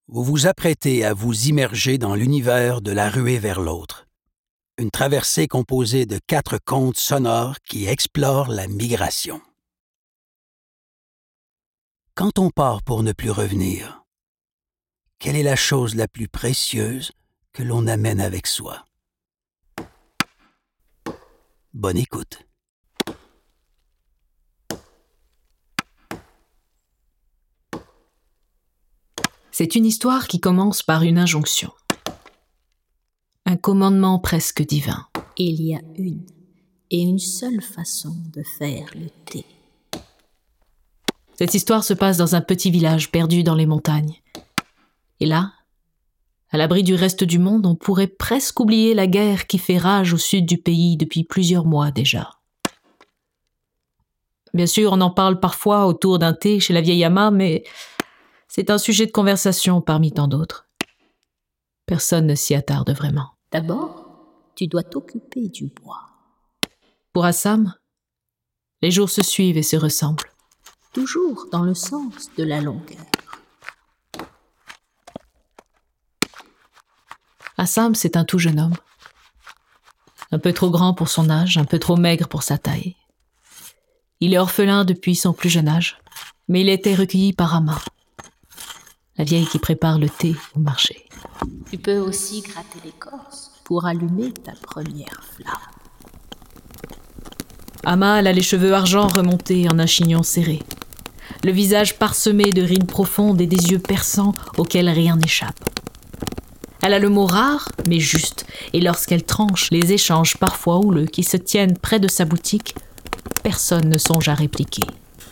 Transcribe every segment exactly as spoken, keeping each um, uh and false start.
Vous vous apprêtez à vous immerger dans l'univers de La Ruée vers l'autre, une traversée composée de quatre contes sonores qui explorent la migration. Quand on part pour ne plus revenir, quelle est la chose la plus précieuse que l'on amène avec soi? Bonne écoute. C'est une histoire qui commence par une injonction. Un commandement presque divin. Il y a une et une seule façon de faire le thé. Cette histoire se passe dans un petit village perdu dans les montagnes. Et là, à l'abri du reste du monde, on pourrait presque oublier la guerre qui fait rage au sud du pays depuis plusieurs mois déjà. Bien sûr, on en parle parfois autour d'un thé chez la vieille Amma, mais c'est un sujet de conversation parmi tant d'autres. Personne ne s'y attarde vraiment. D'abord, tu dois t'occuper du bois. Pour Assam, les jours se suivent et se ressemblent. Toujours dans le sens de la longueur. Assam, c'est un tout jeune homme. Un peu trop grand pour son âge, un peu trop maigre pour sa taille. Il est orphelin depuis son plus jeune âge, mais il a été recueilli par Amma, la vieille qui prépare le thé au marché. Tu peux aussi gratter l'écorce pour allumer ta première flamme. Amma, elle a les cheveux argent remontés en un chignon serré, le visage parsemé de rides profondes et des yeux perçants auxquels rien n'échappe. Elle a le mot rare, mais juste, et lorsqu'elle tranche les échanges parfois houleux qui se tiennent près de sa boutique, personne ne songe à répliquer.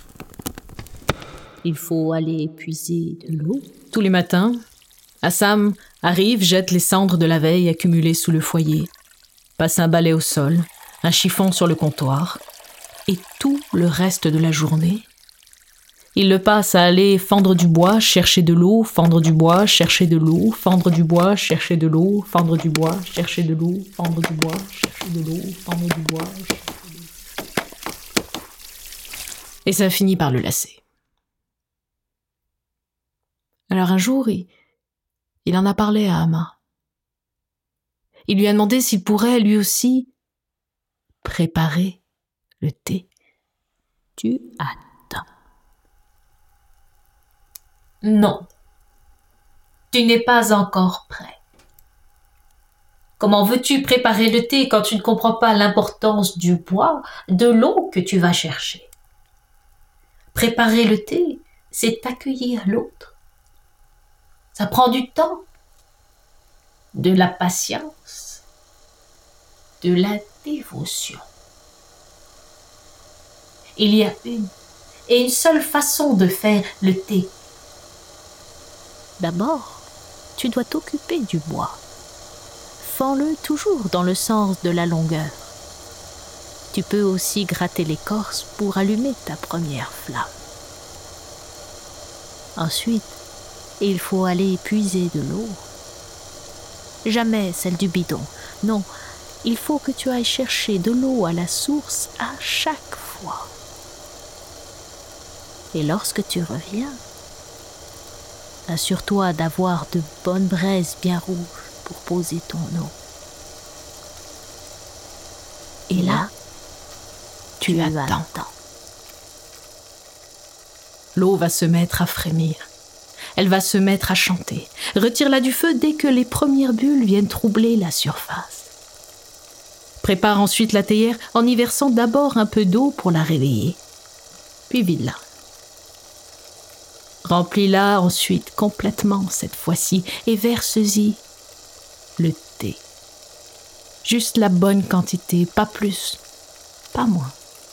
Il faut aller puiser de l'eau. Tous les matins, Assam arrive, jette les cendres de la veille accumulées sous le foyer, passe un balai au sol, un chiffon sur le comptoir, et tout le reste de la journée, il le passe à aller fendre du bois, chercher de l'eau, fendre du bois, chercher de l'eau, fendre du bois, chercher de l'eau, fendre du bois, chercher de l'eau, fendre du bois, chercher de l'eau, fendre du bois, chercher de l'eau. Et ça finit par le lasser. Alors un jour, il, il en a parlé à Amma. Il lui a demandé s'il pourrait, lui aussi, préparer le thé. Tu attends. Non, tu n'es pas encore prêt. Comment veux-tu préparer le thé quand tu ne comprends pas l'importance du bois, de l'eau que tu vas chercher? Préparer le thé, c'est accueillir l'autre. Ça prend du temps, de la patience, de la dévotion. Il y a une et une seule façon de faire le thé. D'abord, tu dois t'occuper du bois. Fends-le toujours dans le sens de la longueur. Tu peux aussi gratter l'écorce pour allumer ta première flamme. Ensuite, il faut aller puiser de l'eau. Jamais celle du bidon. Non, il faut que tu ailles chercher de l'eau à la source à chaque fois. Et lorsque tu reviens, assure-toi d'avoir de bonnes braises bien rouges pour poser ton eau. Et là, tu, tu attends. attends. L'eau va se mettre à frémir. Elle va se mettre à chanter. Retire-la du feu dès que les premières bulles viennent troubler la surface. Prépare ensuite la théière en y versant d'abord un peu d'eau pour la réveiller. Puis vide-la. Remplis-la ensuite complètement cette fois-ci et verse-y le thé. Juste la bonne quantité, pas plus, pas moins.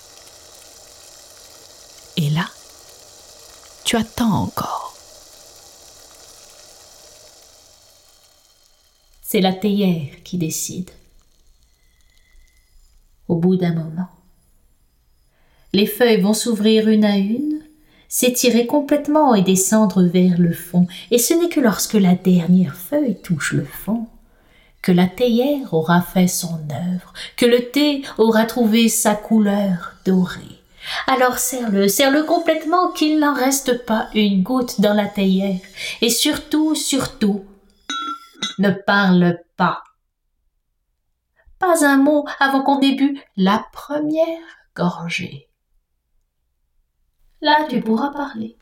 Et là, tu attends encore. C'est la théière qui décide. Au bout d'un moment, les feuilles vont s'ouvrir une à une, s'étirer complètement et descendre vers le fond. Et ce n'est que lorsque la dernière feuille touche le fond que la théière aura fait son œuvre, que le thé aura trouvé sa couleur dorée, Alors serre-le, serre-le complètement, qu'il n'en reste pas une goutte dans la théière. Et surtout, surtout, ne parle pas. Pas un mot avant qu'on ait bu la première gorgée. Là, tu pourras parler.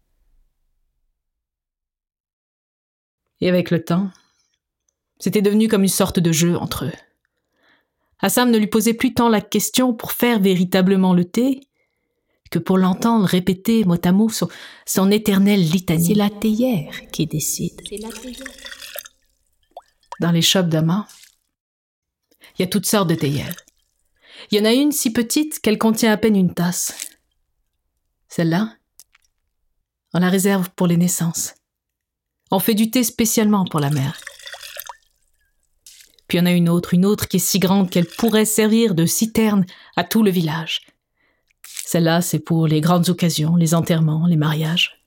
Et avec le temps, c'était devenu comme une sorte de jeu entre eux. Assam ne lui posait plus tant la question pour faire véritablement le thé que pour l'entendre répéter mot à mot son, son éternelle litanie. C'est la théière qui décide. Dans les shops d'Ama, il y a toutes sortes de théières. Il y en a une si petite qu'elle contient à peine une tasse. Celle-là, on la réserve pour les naissances. On fait du thé spécialement pour la mère. Puis il y en a une autre, une autre qui est si grande qu'elle pourrait servir de citerne à tout le village. Celle-là, c'est pour les grandes occasions, les enterrements, les mariages.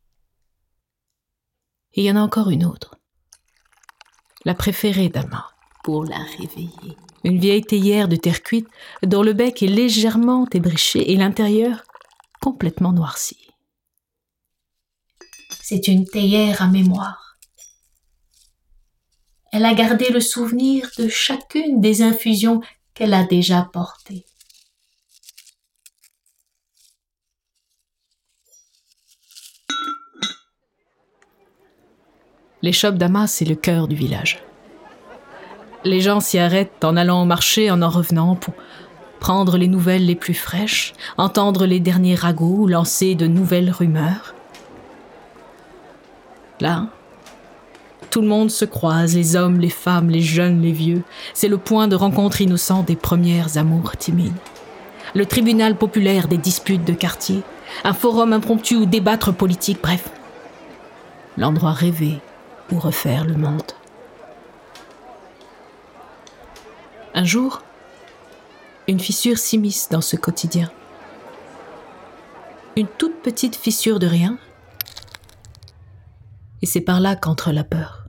Et il y en a encore une autre. La préférée d'Ama. Pour la réveiller. Une vieille théière de terre cuite dont le bec est légèrement ébriché et l'intérieur complètement noirci. C'est une théière à mémoire. Elle a gardé le souvenir de chacune des infusions qu'elle a déjà portées. Les shops d'Ama, c'est le cœur du village. Les gens s'y arrêtent en allant au marché, en en revenant, pour prendre les nouvelles les plus fraîches, entendre les derniers ragots, lancer de nouvelles rumeurs. Là, tout le monde se croise, les hommes, les femmes, les jeunes, les vieux. C'est le point de rencontre innocent des premières amours timides. Le tribunal populaire des disputes de quartier, un forum impromptu où débattre politique, bref. L'endroit rêvé où refaire le monde. Un jour, une fissure s'immisce dans ce quotidien. Une toute petite fissure de rien. Et c'est par là qu'entre la peur.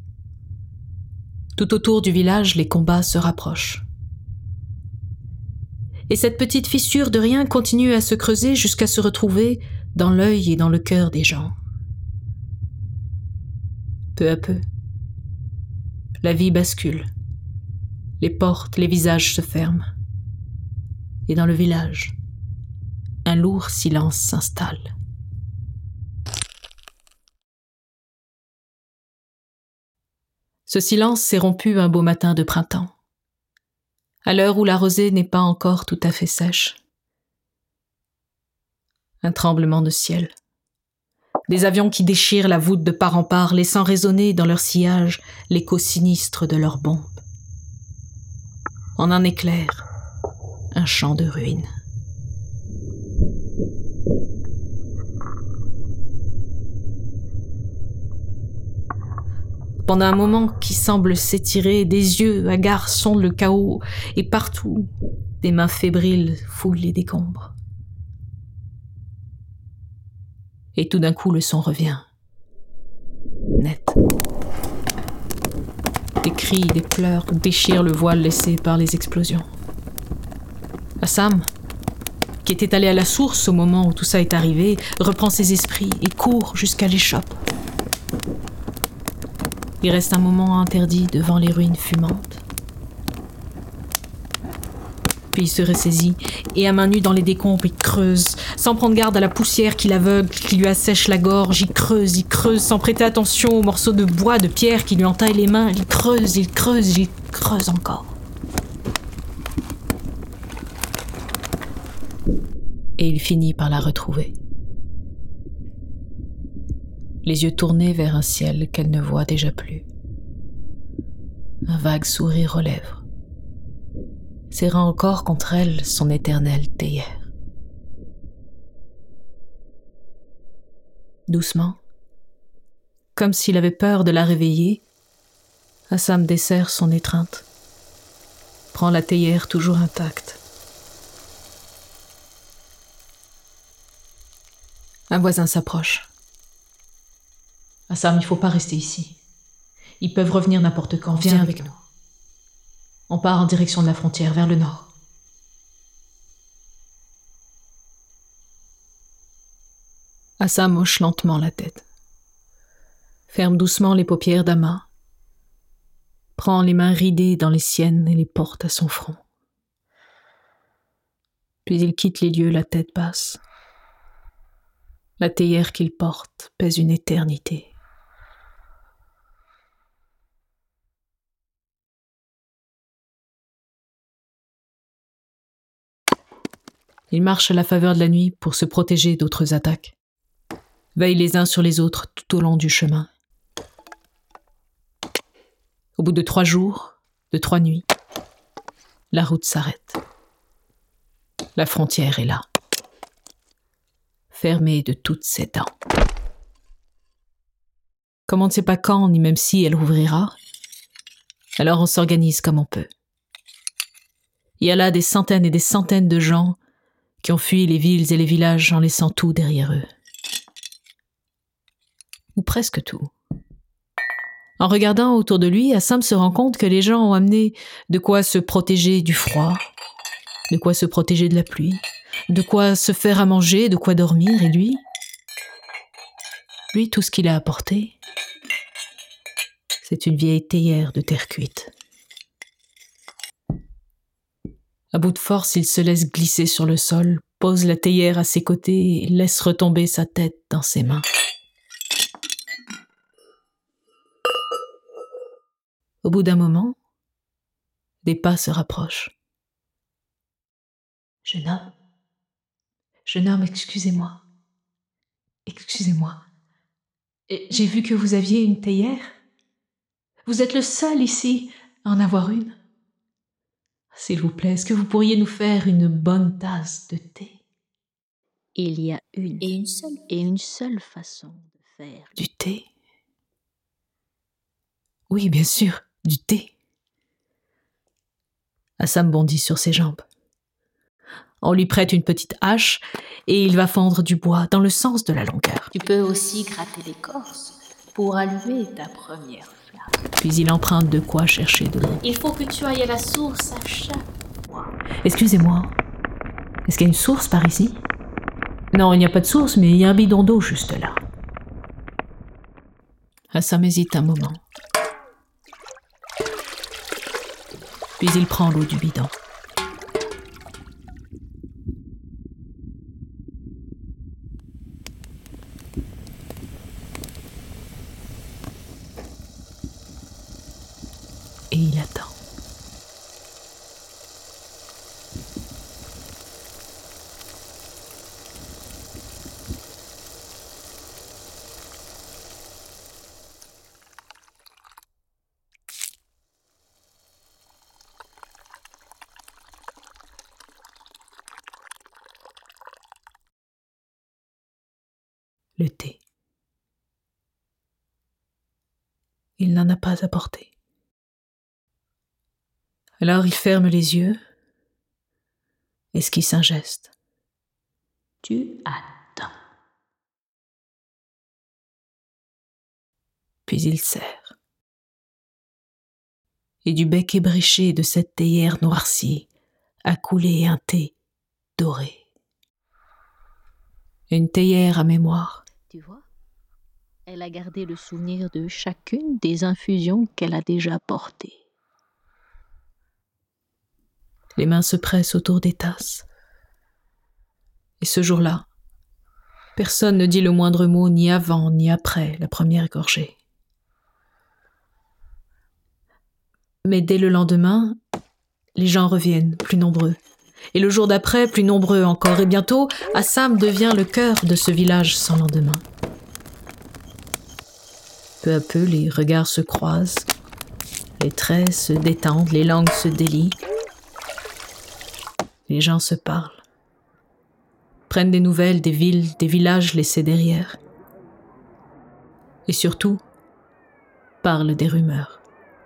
Tout autour du village, les combats se rapprochent. Et cette petite fissure de rien continue à se creuser jusqu'à se retrouver dans l'œil et dans le cœur des gens. Peu à peu, la vie bascule. Les portes, les visages se ferment. Et dans le village, un lourd silence s'installe. Ce silence s'est rompu un beau matin de printemps, à l'heure où la rosée n'est pas encore tout à fait sèche. Un tremblement de ciel. Des avions qui déchirent la voûte de part en part, laissant résonner dans leur sillage l'écho sinistre de leurs bombes. En un éclair, un champ de ruines. Pendant un moment qui semble s'étirer, des yeux hagards sondent le chaos, et partout, des mains fébriles foulent les décombres. Et tout d'un coup, le son revient. Net. Des cris, des pleurs déchirent le voile laissé par les explosions. Assam, qui était allé à la source au moment où tout ça est arrivé, reprend ses esprits et court jusqu'à l'échoppe. Il reste un moment interdit devant les ruines fumantes. Puis il se ressaisit et à main nue dans les décombres, il creuse, sans prendre garde à la poussière qui l'aveugle, qui lui assèche la gorge. Il creuse, il creuse, sans prêter attention aux morceaux de bois, de pierre qui lui entaillent les mains. Il creuse, il creuse, il creuse encore. Et il finit par la retrouver. Les yeux tournés vers un ciel qu'elle ne voit déjà plus. Un vague sourire aux lèvres, serrant encore contre elle son éternelle théière. Doucement, comme s'il avait peur de la réveiller, Assam desserre son étreinte, prend la théière toujours intacte. Un voisin s'approche. Assam, il ne faut pas rester ici. Ils peuvent revenir n'importe quand. Viens avec nous. On part en direction de la frontière, vers le nord. Assam hoche lentement la tête. Ferme doucement les paupières d'Ama. Prend les mains ridées dans les siennes et les porte à son front. Puis il quitte les lieux la tête basse. La théière qu'il porte pèse une éternité. Il marche à la faveur de la nuit pour se protéger d'autres attaques. Veille les uns sur les autres tout au long du chemin. Au bout de trois jours, de trois nuits, la route s'arrête. La frontière est là, fermée de toutes ses dents. Comme on ne sait pas quand, ni même si elle ouvrira, alors on s'organise comme on peut. Il y a là des centaines et des centaines de gens qui ont fui les villes et les villages en laissant tout derrière eux. Ou presque tout. En regardant autour de lui, Assam se rend compte que les gens ont amené de quoi se protéger du froid, de quoi se protéger de la pluie, de quoi se faire à manger, de quoi dormir, et lui, lui, tout ce qu'il a apporté, c'est une vieille théière de terre cuite. À bout de force, il se laisse glisser sur le sol, pose la théière à ses côtés et laisse retomber sa tête dans ses mains. Au bout d'un moment, des pas se rapprochent. « Jeune homme, jeune homme, excusez-moi. Excusez-moi. J'ai vu que vous aviez une théière. Vous êtes le seul ici à en avoir une. S'il vous plaît, est-ce que vous pourriez nous faire une bonne tasse de thé? » Il y a une et une seule et une seule façon de faire du thé. Oui, bien sûr, du thé. Assam bondit sur ses jambes. On lui prête une petite hache et il va fendre du bois dans le sens de la longueur. Tu peux aussi gratter l'écorce pour allumer ta première flamme. Puis il emprunte de quoi chercher de l'eau. Il faut que tu ailles à la source à chaque fois. Excusez-moi, est-ce qu'il y a une source par ici? Non, il n'y a pas de source, mais il y a un bidon d'eau juste là. Assam hésite un moment. Puis il prend l'eau du bidon. Et il attend. Le thé. Il n'en a pas apporté. Alors il ferme les yeux, esquisse un geste. Tu attends. Puis il serre. Et du bec ébréché de cette théière noircie a coulé un thé doré. Une théière à mémoire. Tu vois, elle a gardé le souvenir de chacune des infusions qu'elle a déjà portées. Les mains se pressent autour des tasses. Et ce jour-là, personne ne dit le moindre mot ni avant ni après la première gorgée. Mais dès le lendemain, les gens reviennent, plus nombreux. Et le jour d'après, plus nombreux encore. Et bientôt, Assam devient le cœur de ce village sans lendemain. Peu à peu, les regards se croisent, les traits se détendent, les langues se délient. Les gens se parlent, prennent des nouvelles des villes, des villages laissés derrière. Et surtout, parlent des rumeurs.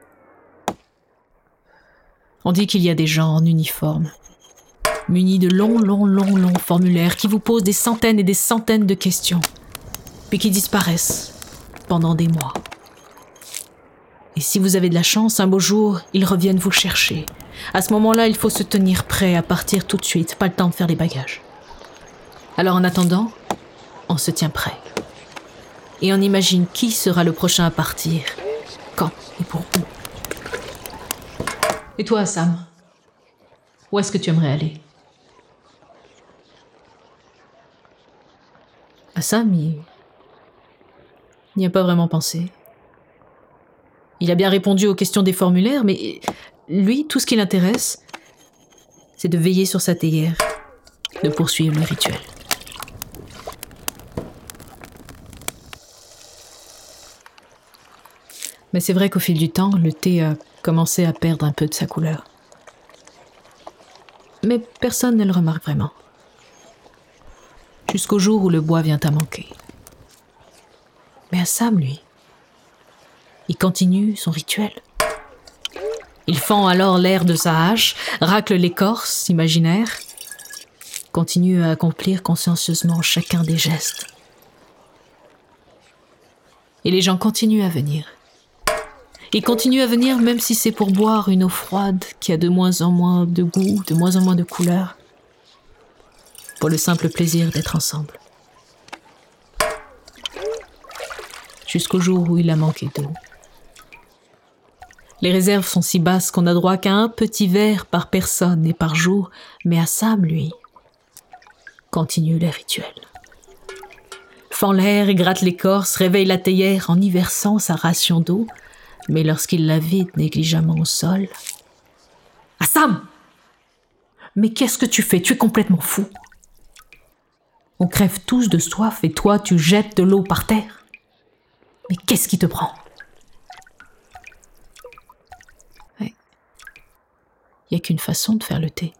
On dit qu'il y a des gens en uniforme, munis de longs, longs, longs, longs formulaires qui vous posent des centaines et des centaines de questions, puis qui disparaissent pendant des mois. Et si vous avez de la chance, un beau jour, ils reviennent vous chercher. À ce moment-là, il faut se tenir prêt à partir tout de suite, pas le temps de faire les bagages. Alors en attendant, on se tient prêt. Et on imagine qui sera le prochain à partir, quand et pour où. Et toi, Sam, où est-ce que tu aimerais aller? Sam, il n'y a pas vraiment pensé. Il a bien répondu aux questions des formulaires, mais lui, tout ce qui l'intéresse, c'est de veiller sur sa théière, de poursuivre le rituel. Mais c'est vrai qu'au fil du temps, le thé a commencé à perdre un peu de sa couleur. Mais personne ne le remarque vraiment. Jusqu'au jour où le bois vient à manquer. Mais à Sam, lui, il continue son rituel. Il fend alors l'air de sa hache, racle l'écorce imaginaire, continue à accomplir consciencieusement chacun des gestes. Et les gens continuent à venir. Ils continuent à venir même si c'est pour boire une eau froide qui a de moins en moins de goût, de moins en moins de couleur, pour le simple plaisir d'être ensemble. Jusqu'au jour où il a manqué d'eau. Les réserves sont si basses qu'on n'a droit qu'à un petit verre par personne et par jour, mais à Sam, lui, continue les rituels. Fend l'air et gratte l'écorce, réveille la théière en y versant sa ration d'eau, mais lorsqu'il la vide négligemment au sol... « Ah, Sam! Mais qu'est-ce que tu fais? Tu es complètement fou! On crève tous de soif et toi, tu jettes de l'eau par terre. Mais qu'est-ce qui te prend? » Ouais. Il n'y a qu'une façon de faire le thé.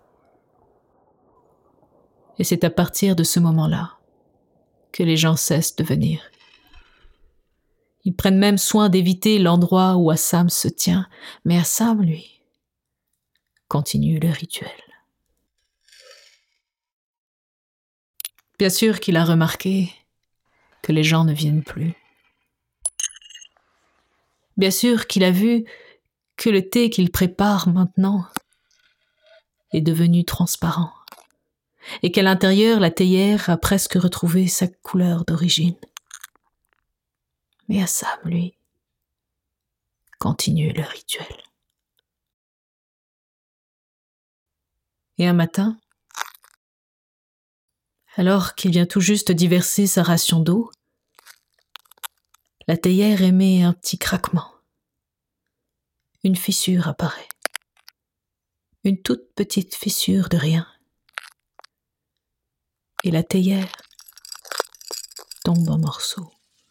Et c'est à partir de ce moment-là que les gens cessent de venir. Ils prennent même soin d'éviter l'endroit où Assam se tient, mais Assam, lui, continue le rituel. Bien sûr qu'il a remarqué que les gens ne viennent plus. Bien sûr qu'il a vu que le thé qu'il prépare maintenant est devenu transparent et qu'à l'intérieur, la théière a presque retrouvé sa couleur d'origine. Mais Assam, lui, continue le rituel. Et un matin, alors qu'il vient tout juste de diverser sa ration d'eau, la théière émet un petit craquement. Une fissure apparaît. Une toute petite fissure de rien. Et la théière tombe en morceaux.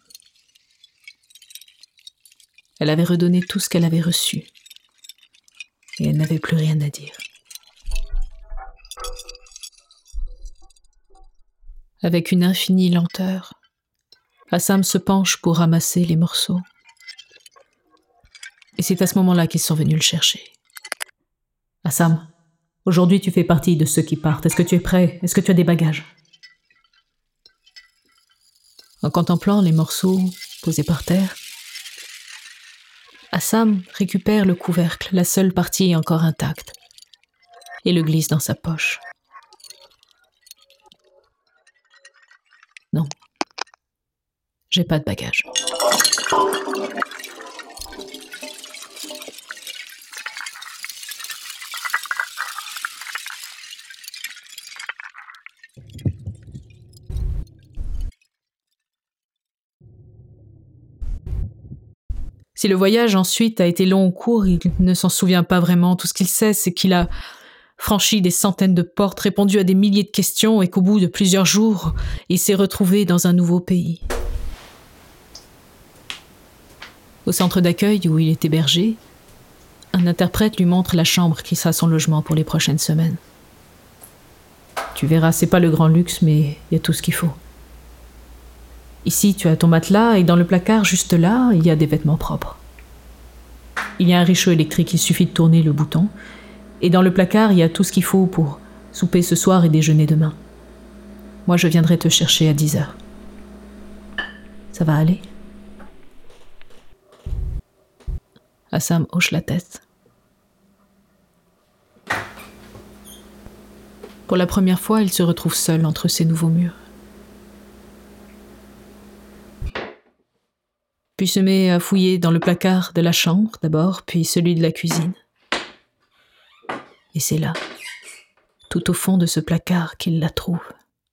Elle avait redonné tout ce qu'elle avait reçu. Et elle n'avait plus rien à dire. Avec une infinie lenteur, Assam se penche pour ramasser les morceaux. Et c'est à ce moment-là qu'ils sont venus le chercher. « Assam, aujourd'hui tu fais partie de ceux qui partent. Est-ce que tu es prêt? Est-ce que tu as des bagages ?» En contemplant les morceaux posés par terre, Assam récupère le couvercle, la seule partie encore intacte, et le glisse dans sa poche. Non, j'ai pas de bagages. Si le voyage ensuite a été long ou court, il ne s'en souvient pas vraiment. Tout ce qu'il sait, c'est qu'il a franchi des centaines de portes, répondu à des milliers de questions et qu'au bout de plusieurs jours, il s'est retrouvé dans un nouveau pays. Au centre d'accueil où il est hébergé, un interprète lui montre la chambre qui sera son logement pour les prochaines semaines. Tu verras, c'est pas le grand luxe, mais il y a tout ce qu'il faut. Ici, tu as ton matelas et dans le placard, juste là, il y a des vêtements propres. Il y a un réchaud électrique, il suffit de tourner le bouton. Et dans le placard, il y a tout ce qu'il faut pour souper ce soir et déjeuner demain. Moi, je viendrai te chercher à dix heures. Ça va aller? Assam hoche la tête. Pour la première fois, il se retrouve seul entre ces nouveaux murs. puis se met à fouiller dans le placard de la chambre d'abord, puis celui de la cuisine. Et c'est là, tout au fond de ce placard, qu'il la trouve.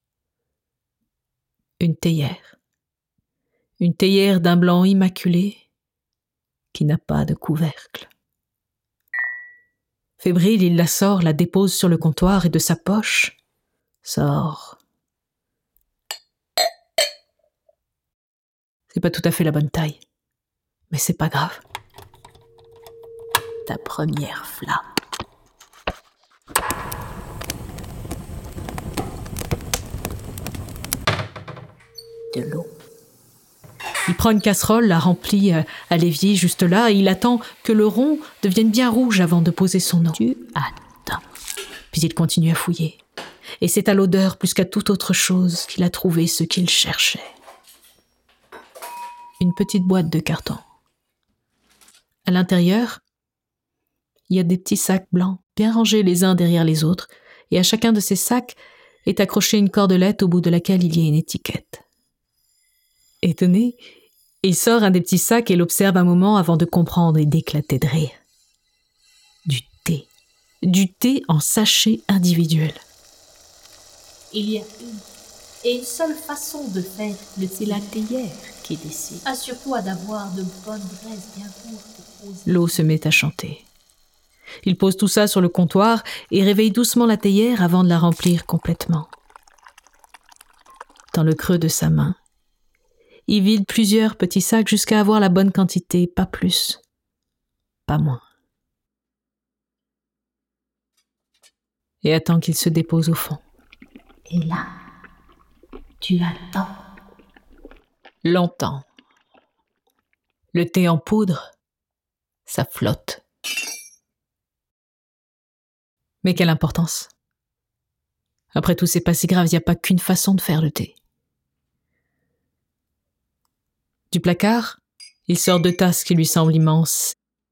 Une théière. Une théière d'un blanc immaculé qui n'a pas de couvercle. Fébrile, il la sort, la dépose sur le comptoir et de sa poche sort. C'est pas tout à fait la bonne taille, mais c'est pas grave. Ta première flamme. De l'eau. Il prend une casserole, la remplit à l'évier juste là, et il attend que le rond devienne bien rouge avant de poser son eau. Tu attends. Puis il continue à fouiller. Et c'est à l'odeur plus qu'à toute autre chose qu'il a trouvé ce qu'il cherchait. Une petite boîte de carton. À l'intérieur, il y a des petits sacs blancs, bien rangés les uns derrière les autres, et à chacun de ces sacs est accrochée une cordelette au bout de laquelle il y a une étiquette. Étonné, il sort un des petits sacs et l'observe un moment avant de comprendre et d'éclater de rire. Du thé. Du thé en sachet individuel. Il y a une et une seule façon de faire le thé. C'est la théière qui décide. Assure-toi d'avoir de bonnes braises bien courtes pour poser. L'eau se met à chanter. Il pose tout ça sur le comptoir et réveille doucement la théière avant de la remplir complètement. Dans le creux de sa main, il vide plusieurs petits sacs jusqu'à avoir la bonne quantité, pas plus, pas moins. Et attend qu'il se dépose au fond. Et là, tu attends. Longtemps. Le thé en poudre, ça flotte. Mais quelle importance. Après tout, c'est pas si grave, il n'y a pas qu'une façon de faire le thé. Du placard, il sort deux tasses qui lui semblent immenses.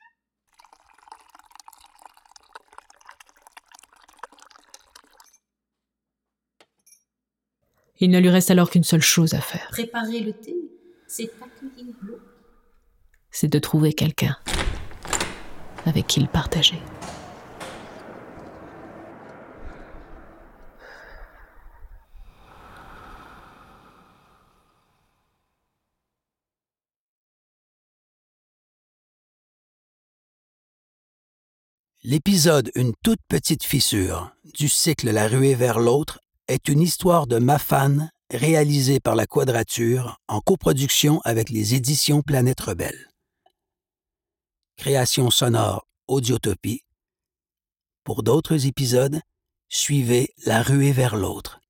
Il ne lui reste alors qu'une seule chose à faire. Préparer le thé, c'est accueillir l'eau. C'est de trouver quelqu'un avec qui le partager. L'épisode Une toute petite fissure du cycle La ruée vers l'autre est une histoire de Mafan réalisée par la Quadrature en coproduction avec les éditions Planète Rebelle. Création sonore Audiotopie. Pour d'autres épisodes, suivez La ruée vers l'autre.